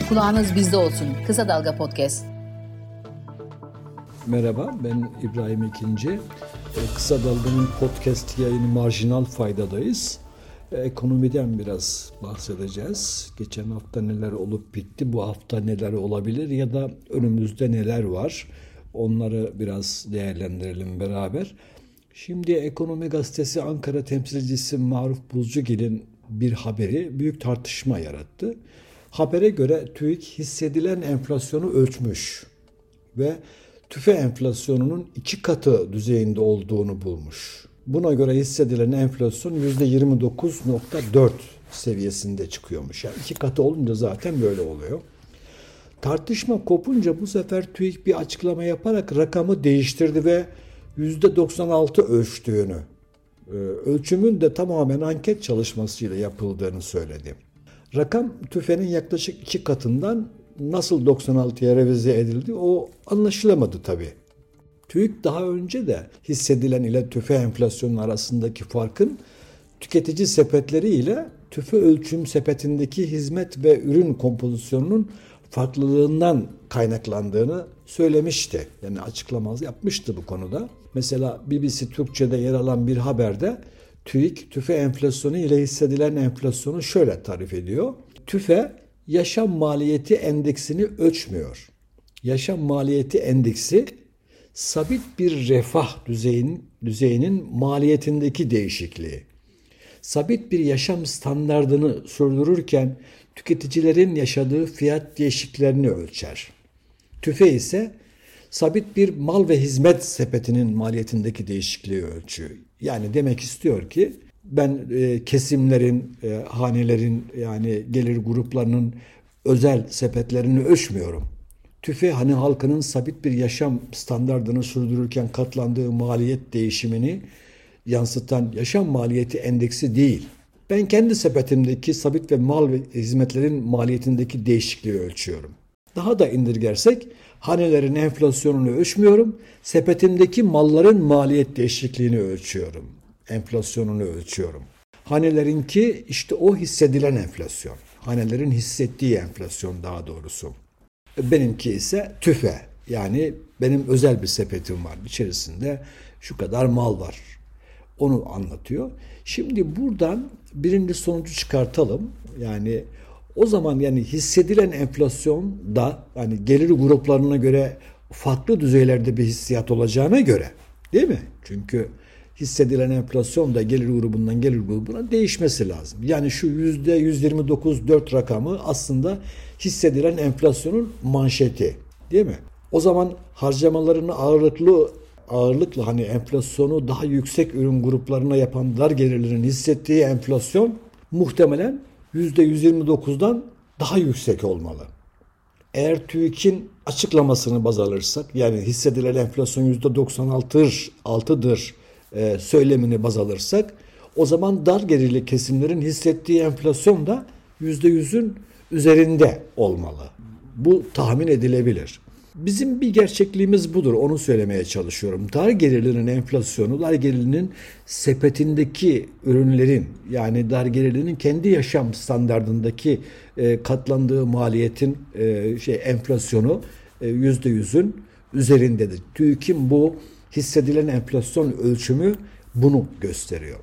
Kulağınız bizde olsun. Kısa Dalga Podcast. Merhaba, ben İbrahim İkinci. Kısa Dalga'nın podcast yayını Marjinal Fayda'dayız. Ekonomiden biraz bahsedeceğiz. Geçen hafta neler olup bitti, bu hafta neler olabilir ya da önümüzde neler var? Onları biraz değerlendirelim beraber. Şimdi Ekonomi Gazetesi Ankara temsilcisi Maruf Buzcugil'in bir haberi büyük tartışma yarattı. Habere göre TÜİK hissedilen enflasyonu ölçmüş ve tüfe enflasyonunun 2 katı düzeyinde olduğunu bulmuş. Buna göre hissedilen enflasyon %29.4 seviyesinde çıkıyormuş. Yani 2 katı olunca zaten böyle oluyor. Tartışma kopunca bu sefer TÜİK bir açıklama yaparak rakamı değiştirdi ve %96 ölçtüğünü, ölçümün de tamamen anket çalışmasıyla yapıldığını söyledi. Rakam tüfenin yaklaşık 2 katından nasıl 96'ya revize edildi o anlaşılamadı tabii. TÜİK daha önce de hissedilen ile tüfe enflasyonu arasındaki farkın tüketici sepetleri ile tüfe ölçüm sepetindeki hizmet ve ürün kompozisyonunun farklılığından kaynaklandığını söylemişti. Yani açıklaması yapmıştı bu konuda. Mesela BBC Türkçe'de yer alan bir haberde TÜİK tüfe enflasyonu ile hissedilen enflasyonu şöyle tarif ediyor. TÜFE yaşam maliyeti endeksini ölçmüyor. Yaşam maliyeti endeksi sabit bir refah düzeyinin maliyetindeki değişikliği. Sabit bir yaşam standardını sürdürürken tüketicilerin yaşadığı fiyat değişikliklerini ölçer. TÜFE ise sabit bir mal ve hizmet sepetinin maliyetindeki değişikliği ölçüyor. Yani demek istiyor ki ben kesimlerin, hanelerin yani gelir gruplarının özel sepetlerini ölçmüyorum. TÜFE halkının sabit bir yaşam standardını sürdürürken katlandığı maliyet değişimini yansıtan yaşam maliyeti endeksi değil. Ben kendi sepetimdeki sabit ve mal ve hizmetlerin maliyetindeki değişikliği ölçüyorum. Daha da indirgersek hanelerin enflasyonunu ölçmüyorum, sepetimdeki malların maliyet değişikliğini ölçüyorum. Enflasyonunu ölçüyorum. Hanelerinki işte o hissedilen enflasyon. Hanelerin hissettiği enflasyon daha doğrusu. Benimki ise tüfe. Yani benim özel bir sepetim var. İçerisinde şu kadar mal var. Onu anlatıyor. Şimdi buradan birinci sonucu çıkartalım. Yani o zaman yani hissedilen enflasyon da hani gelir gruplarına göre farklı düzeylerde bir hissiyat olacağına göre değil mi? Çünkü hissedilen enflasyon da gelir grubundan gelir grubuna değişmesi lazım. Yani şu %129.4 rakamı aslında hissedilen enflasyonun manşeti değil mi? O zaman harcamalarını ağırlıkla hani enflasyonu daha yüksek ürün gruplarına yapan dar gelirlerin hissettiği enflasyon muhtemelen %129'dan daha yüksek olmalı. Eğer TÜİK'in açıklamasını baz alırsak yani hissedilen enflasyon %96'dır söylemini baz alırsak o zaman dar gelirli kesimlerin hissettiği enflasyon da %100'ün üzerinde olmalı. Bu tahmin edilebilir. Bizim bir gerçekliğimiz budur. Onu söylemeye çalışıyorum. Dar gelirlinin enflasyonu, dar gelirlinin sepetindeki ürünlerin yani dar gelirlinin kendi yaşam standardındaki katlandığı maliyetin enflasyonu %100'ün üzerindedir. TÜİK'in bu hissedilen enflasyon ölçümü bunu gösteriyor.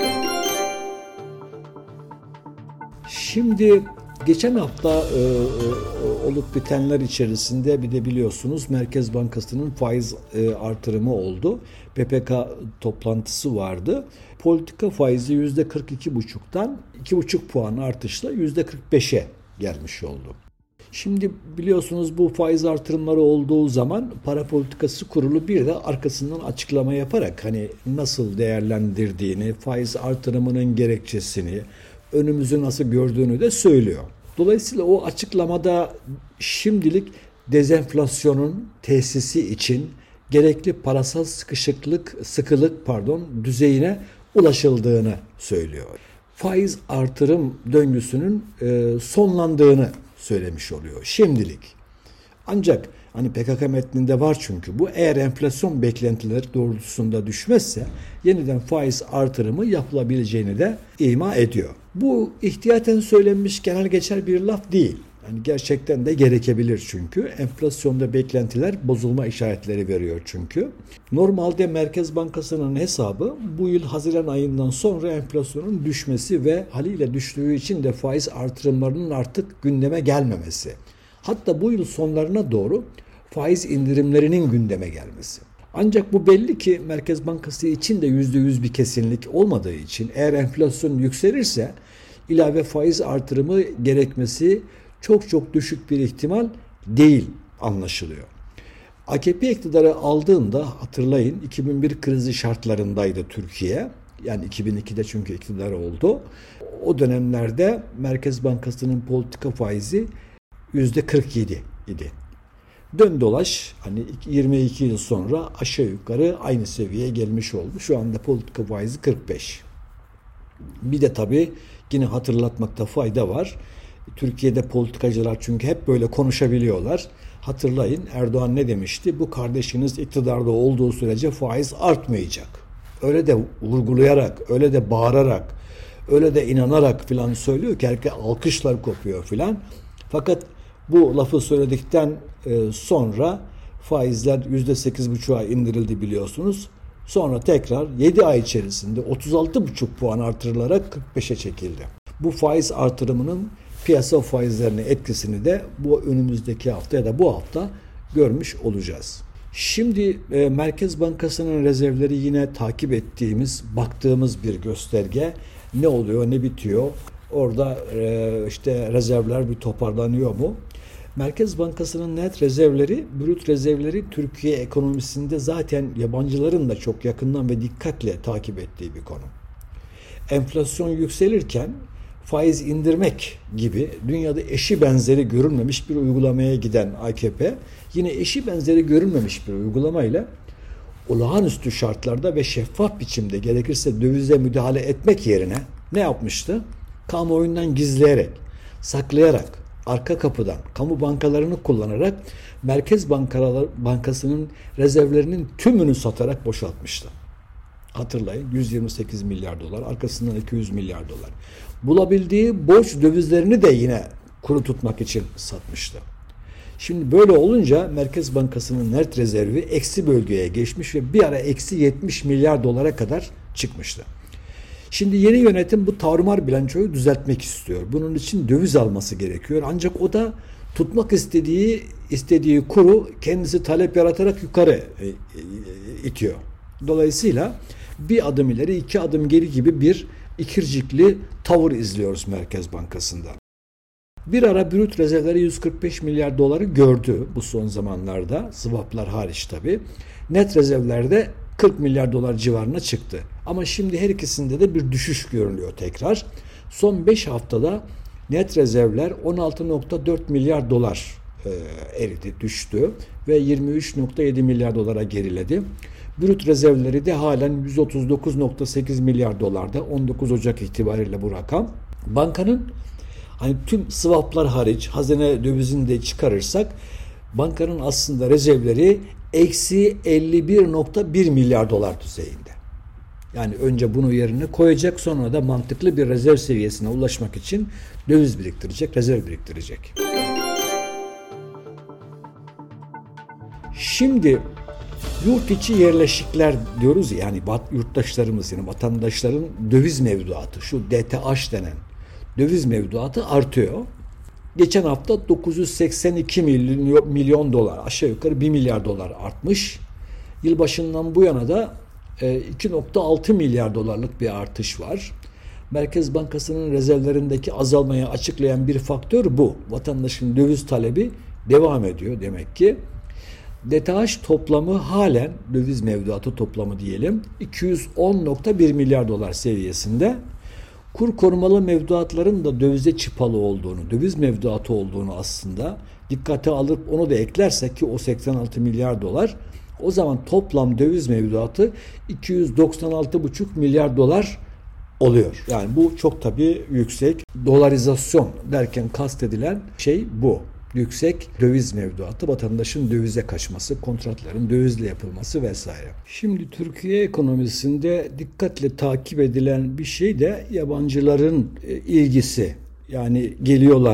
Şimdi geçen hafta olup bitenler içerisinde bir de biliyorsunuz Merkez Bankası'nın faiz artırımı oldu. PPK toplantısı vardı. Politika faizi %42,5'tan 2,5 puan artışla %45'e gelmiş oldu. Şimdi biliyorsunuz bu faiz artırımları olduğu zaman Para Politikası Kurulu bir de arkasından açıklama yaparak hani nasıl değerlendirdiğini, faiz artırımının gerekçesini, önümüzü nasıl gördüğünü de söylüyor. Dolayısıyla o açıklamada şimdilik dezenflasyonun tesisi için gerekli parasal sıkılık düzeyine ulaşıldığını söylüyor. Faiz artırım döngüsünün sonlandığını söylemiş oluyor şimdilik. Ancak hani PKK metninde var çünkü bu eğer enflasyon beklentileri doğrultusunda düşmezse yeniden faiz artırımı yapılabileceğini de ima ediyor. Bu ihtiyaten söylenmiş genel geçer bir laf değil. Yani gerçekten de gerekebilir çünkü. Enflasyonda beklentiler bozulma işaretleri veriyor çünkü. Normalde Merkez Bankası'nın hesabı bu yıl Haziran ayından sonra enflasyonun düşmesi ve haliyle düştüğü için de faiz artırımlarının artık gündeme gelmemesi. Hatta bu yıl sonlarına doğru faiz indirimlerinin gündeme gelmesi. Ancak bu belli ki Merkez Bankası için de %100 bir kesinlik olmadığı için eğer enflasyon yükselirse ilave faiz artırımı gerekmesi çok düşük bir ihtimal değil anlaşılıyor. AKP iktidarı aldığında hatırlayın 2001 krizi şartlarındaydı Türkiye. Yani 2002'de çünkü iktidar oldu. O dönemlerde Merkez Bankası'nın politika faizi %47 idi. Dön dolaş hani 22 yıl sonra aşağı yukarı aynı seviyeye gelmiş oldu. Şu anda politika faizi 45. Bir de tabii yine hatırlatmakta fayda var. Türkiye'de politikacılar çünkü hep böyle konuşabiliyorlar. Hatırlayın Erdoğan ne demişti? Bu kardeşiniz iktidarda olduğu sürece faiz artmayacak. Öyle de vurgulayarak, öyle de bağırarak, öyle de inanarak filan söylüyor ki herkes alkışlar kopuyor filan. Fakat bu lafı söyledikten sonra faizler %8,5'a indirildi biliyorsunuz. Sonra tekrar 7 ay içerisinde 36,5 puan artırılarak 45'e çekildi. Bu faiz artırımının piyasa faizlerine etkisini de bu önümüzdeki hafta ya da bu hafta görmüş olacağız. Şimdi Merkez Bankası'nın rezervleri yine takip ettiğimiz, baktığımız bir gösterge. Ne oluyor, ne bitiyor? Orada işte rezervler bir toparlanıyor mu? Merkez Bankası'nın net rezervleri, brüt rezervleri Türkiye ekonomisinde zaten yabancıların da çok yakından ve dikkatle takip ettiği bir konu. Enflasyon yükselirken faiz indirmek gibi dünyada eşi benzeri görülmemiş bir uygulamaya giden AKP, yine eşi benzeri görülmemiş bir uygulamayla olağanüstü şartlarda ve şeffaf biçimde gerekirse dövize müdahale etmek yerine ne yapmıştı? Kamuoyundan gizleyerek, saklayarak, arka kapıdan, kamu bankalarını kullanarak Merkez Bankası'nın rezervlerinin tümünü satarak boşaltmıştı. Hatırlayın 128 milyar dolar, arkasından 200 milyar dolar. Bulabildiği borç dövizlerini de yine kuru tutmak için satmıştı. Şimdi böyle olunca Merkez Bankası'nın net rezervi eksi bölgeye geçmiş ve bir ara eksi 70 milyar dolara kadar çıkmıştı. Şimdi yeni yönetim bu tarumar bilançoyu düzeltmek istiyor. Bunun için döviz alması gerekiyor. Ancak o da tutmak istediği kuru kendisi talep yaratarak yukarı itiyor. Dolayısıyla bir adım ileri, iki adım geri gibi bir ikircikli tavır izliyoruz Merkez Bankası'nda. Bir ara brüt rezervleri 145 milyar doları gördü bu son zamanlarda. Swaplar hariç tabii. Net rezervlerde 40 milyar dolar civarına çıktı. Ama şimdi her ikisinde de bir düşüş görülüyor tekrar. Son 5 haftada net rezervler 16,4 milyar dolar eridi, düştü ve 23,7 milyar dolara geriledi. Brüt rezervleri de halen 139,8 milyar dolarda. 19 Ocak itibariyle bu rakam. Bankanın hani tüm swaplar hariç hazine dövizini de çıkarırsak bankanın aslında rezervleri eksi 51,1 milyar dolar düzeyinde. Yani önce bunu yerine koyacak, sonra da mantıklı bir rezerv seviyesine ulaşmak için döviz biriktirecek, rezerv biriktirecek. Şimdi yurt içi yerleşikler diyoruz ya, yani yurttaşlarımız, yani vatandaşların döviz mevduatı, şu DTH denen döviz mevduatı artıyor. Geçen hafta 982 milyon dolar, aşağı yukarı 1 milyar dolar artmış. Yılbaşından bu yana da 2,6 milyar dolarlık bir artış var. Merkez Bankası'nın rezervlerindeki azalmayı açıklayan bir faktör bu. Vatandaşın döviz talebi devam ediyor demek ki. DTH toplamı halen, döviz mevduatı toplamı diyelim, 210,1 milyar dolar seviyesinde. Kur korumalı mevduatların da dövize çıpalı olduğunu, döviz mevduatı olduğunu aslında dikkate alıp onu da eklersek ki o 86 milyar dolar, o zaman toplam döviz mevduatı 296,5 milyar dolar oluyor. Yani bu çok tabii yüksek. Dolarizasyon derken kastedilen şey bu. Yüksek döviz mevduatı, vatandaşın dövize kaçması, kontratların dövizle yapılması vesaire. Şimdi Türkiye ekonomisinde dikkatle takip edilen bir şey de yabancıların ilgisi. Yani geliyorlar mı?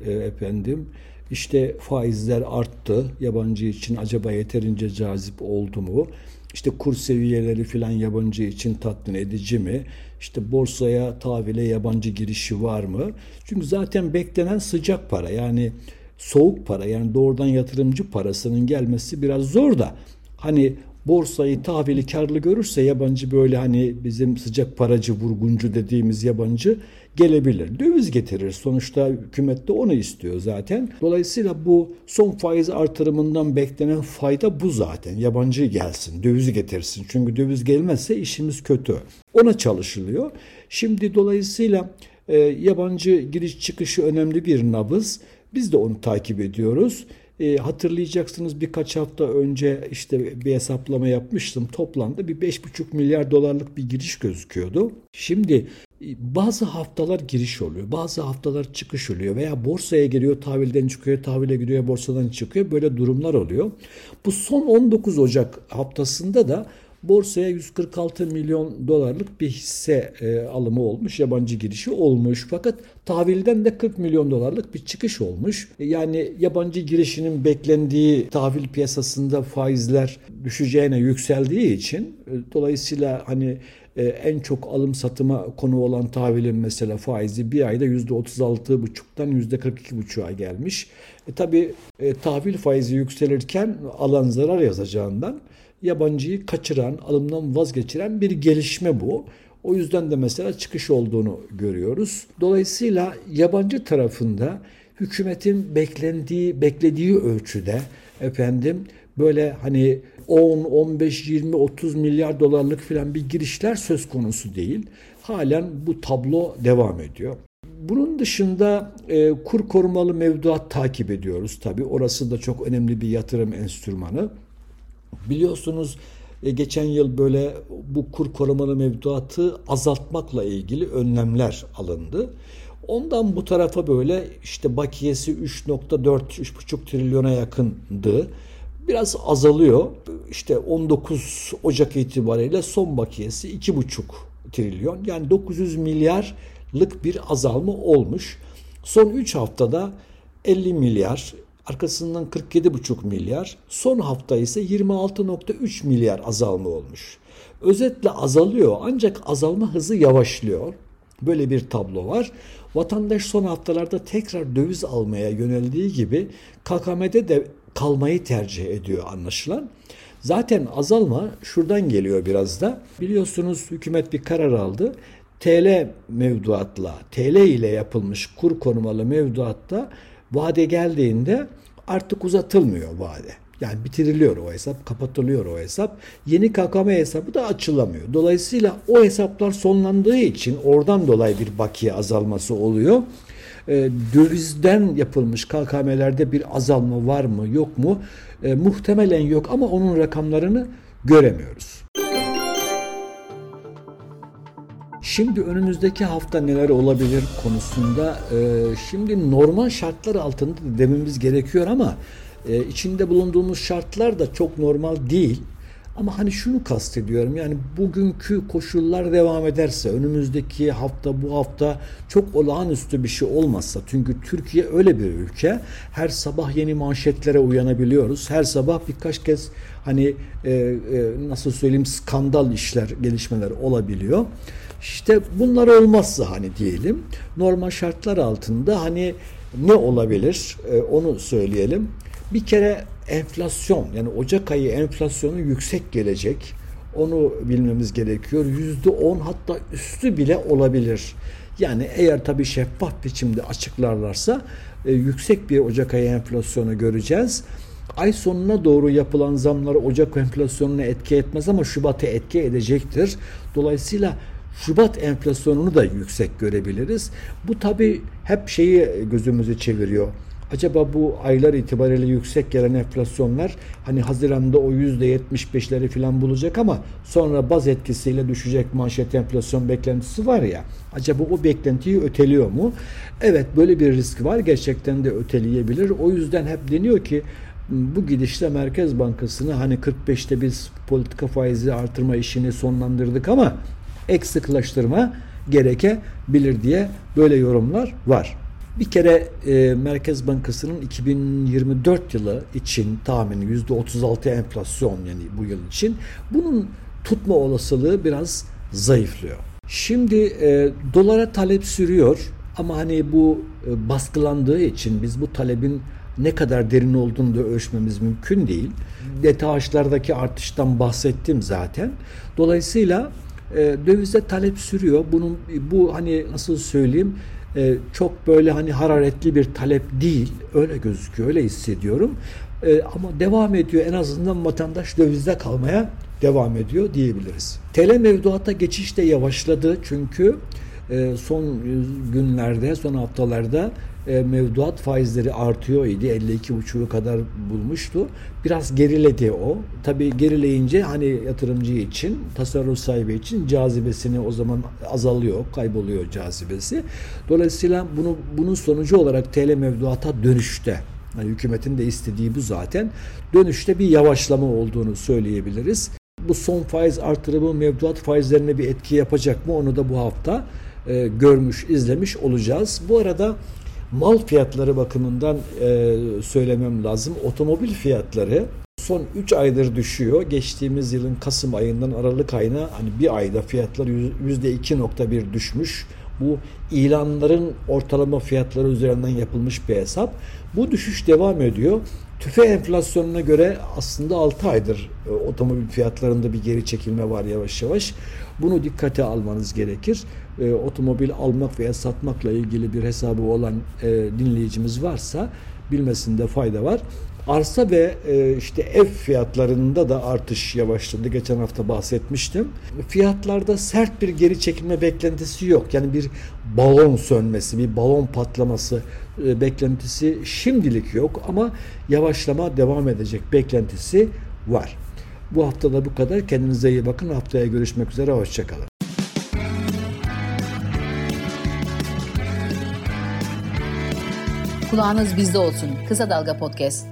İşte faizler arttı. Yabancı için acaba yeterince cazip oldu mu? İşte kur seviyeleri filan yabancı için tatmin edici mi? İşte borsaya, tahvile yabancı girişi var mı? Çünkü zaten beklenen sıcak para, yani soğuk para, yani doğrudan yatırımcı parasının gelmesi biraz zor da hani borsayı, tahvili karlı görürse yabancı, böyle hani bizim sıcak paracı, vurguncu dediğimiz yabancı gelebilir. Döviz getirir. Sonuçta hükümet de onu istiyor zaten. Dolayısıyla bu son faiz artırımından beklenen fayda bu zaten. Yabancı gelsin, döviz getirsin. Çünkü döviz gelmezse işimiz kötü. Ona çalışılıyor. Şimdi dolayısıyla yabancı giriş çıkışı önemli bir nabız. Biz de onu takip ediyoruz. Hatırlayacaksınız, birkaç hafta önce işte bir hesaplama yapmıştım. Toplamda bir 5,5 milyar dolarlık bir giriş gözüküyordu. Şimdi bazı haftalar giriş oluyor, bazı haftalar çıkış oluyor veya borsaya giriyor, tahvilden çıkıyor, tahvile giriyor, borsadan çıkıyor. Böyle durumlar oluyor. Bu son 19 Ocak haftasında da borsaya 146 milyon dolarlık bir hisse alımı olmuş, yabancı girişi olmuş. Fakat tahvilden de 40 milyon dolarlık bir çıkış olmuş. Yani yabancı girişinin beklendiği, tahvil piyasasında faizler düşeceğine yükseldiği için dolayısıyla hani en çok alım satıma konu olan tahvilin mesela faizi bir ayda %36,5'tan %42,5'a gelmiş. Tabii tahvil faizi yükselirken alan zarar yazacağından yabancıyı kaçıran, alımdan vazgeçiren bir gelişme bu. O yüzden de mesela çıkış olduğunu görüyoruz. Dolayısıyla yabancı tarafında hükümetin beklediği ölçüde böyle hani 10, 15, 20, 30 milyar dolarlık filan bir girişler söz konusu değil. Halen bu tablo devam ediyor. Bunun dışında kur korumalı mevduat takip ediyoruz. Tabii orası da çok önemli bir yatırım enstrümanı. Biliyorsunuz geçen yıl böyle bu kur korumalı mevduatı azaltmakla ilgili önlemler alındı. Ondan bu tarafa böyle işte bakiyesi 3,4-3,5 trilyona yakındı. Biraz azalıyor. İşte 19 Ocak itibariyle son bakiyesi 2,5 trilyon. Yani 900 milyarlık bir azalma olmuş. Son 3 haftada 50 milyar, arkasından 47,5 milyar, son hafta ise 26,3 milyar azalma olmuş. Özetle azalıyor, ancak azalma hızı yavaşlıyor. Böyle bir tablo var. Vatandaş son haftalarda tekrar döviz almaya yöneldiği gibi KKM'de de kalmayı tercih ediyor anlaşılan. Zaten azalma şuradan geliyor biraz da. Biliyorsunuz hükümet bir karar aldı. TL mevduatla, TL ile yapılmış kur korumalı mevduatta vade geldiğinde artık uzatılmıyor vade. Yani bitiriliyor o hesap, kapatılıyor o hesap. Yeni KKM hesabı da açılamıyor. Dolayısıyla o hesaplar sonlandığı için oradan dolayı bir bakiye azalması oluyor. Dövizden yapılmış KKM'lerde bir azalma var mı yok mu? Muhtemelen yok ama onun rakamlarını göremiyoruz. Şimdi önümüzdeki hafta neler olabilir konusunda şimdi normal şartlar altında dememiz gerekiyor ama içinde bulunduğumuz şartlar da çok normal değil. Ama hani şunu kastediyorum, yani bugünkü koşullar devam ederse önümüzdeki hafta, bu hafta çok olağanüstü bir şey olmazsa, çünkü Türkiye öyle bir ülke, her sabah yeni manşetlere uyanabiliyoruz. Her sabah birkaç kez hani nasıl söyleyeyim, skandal işler, gelişmeler olabiliyor. İşte bunlar olmazsa hani diyelim, normal şartlar altında hani ne olabilir onu söyleyelim. Bir kere enflasyon, yani Ocak ayı enflasyonu yüksek gelecek. Onu bilmemiz gerekiyor. %10 hatta üstü bile olabilir. Yani eğer tabii şeffaf biçimde açıklarlarsa yüksek bir Ocak ayı enflasyonu göreceğiz. Ay sonuna doğru yapılan zamlar Ocak enflasyonuna etki etmez ama Şubat'a etki edecektir. Dolayısıyla Şubat enflasyonunu da yüksek görebiliriz. Bu tabii hep şeyi gözümüzü çeviriyor. Acaba bu aylar itibariyle yüksek gelen enflasyonlar hani Haziran'da o %75'leri falan bulacak ama sonra baz etkisiyle düşecek manşet enflasyon beklentisi var ya. Acaba o beklentiyi öteliyor mu? Evet, böyle bir risk var. Gerçekten de öteleyebilir. O yüzden hep deniyor ki bu gidişle Merkez Bankası'nı hani 45'te biz politika faizi artırma işini sonlandırdık ama ek sıkılaştırma gerekebilir diye böyle yorumlar var. Bir kere Merkez Bankası'nın 2024 yılı için tahmini %36 enflasyon, yani bu yıl için bunun tutma olasılığı biraz zayıflıyor. Şimdi dolara talep sürüyor ama hani bu baskılandığı için biz bu talebin ne kadar derin olduğunu da ölçmemiz mümkün değil. DTH'lardaki artıştan bahsettim zaten. Dolayısıyla dövize talep sürüyor. Bu hani nasıl söyleyeyim, çok böyle hani hararetli bir talep değil. Öyle gözüküyor, öyle hissediyorum. Ama devam ediyor. En azından vatandaş dövizde kalmaya devam ediyor diyebiliriz. TL mevduata geçiş de yavaşladı çünkü son günlerde, son haftalarda mevduat faizleri artıyor idi. 52,5'u kadar bulmuştu. Biraz geriledi o. Tabii gerileyince hani yatırımcı için, tasarruf sahibi için cazibesini o zaman azalıyor, kayboluyor cazibesi. Dolayısıyla bunun sonucu olarak TL mevduata dönüşte, yani hükümetin de istediği bu zaten, dönüşte bir yavaşlama olduğunu söyleyebiliriz. Bu son faiz artırımı mevduat faizlerine bir etki yapacak mı? Onu da bu hafta görmüş, izlemiş olacağız. Bu arada mal fiyatları bakımından söylemem lazım. Otomobil fiyatları son 3 aydır düşüyor. Geçtiğimiz yılın Kasım ayından Aralık ayına hani bir ayda fiyatlar %2.1 düşmüş. Bu ilanların ortalama fiyatları üzerinden yapılmış bir hesap. Bu düşüş devam ediyor. TÜFE enflasyonuna göre aslında 6 aydır otomobil fiyatlarında bir geri çekilme var yavaş yavaş. Bunu dikkate almanız gerekir. Otomobil almak veya satmakla ilgili bir hesabı olan dinleyicimiz varsa bilmesinde fayda var. Arsa ve işte ev fiyatlarında da artış yavaşladı. Geçen hafta bahsetmiştim. Fiyatlarda sert bir geri çekilme beklentisi yok. Yani bir balon sönmesi, bir balon patlaması beklentisi şimdilik yok ama yavaşlama devam edecek beklentisi var. Bu hafta da bu kadar. Kendinize iyi bakın. Haftaya görüşmek üzere. Hoşça kalın. Kulağınız bizde olsun. Kısa Dalga Podcast.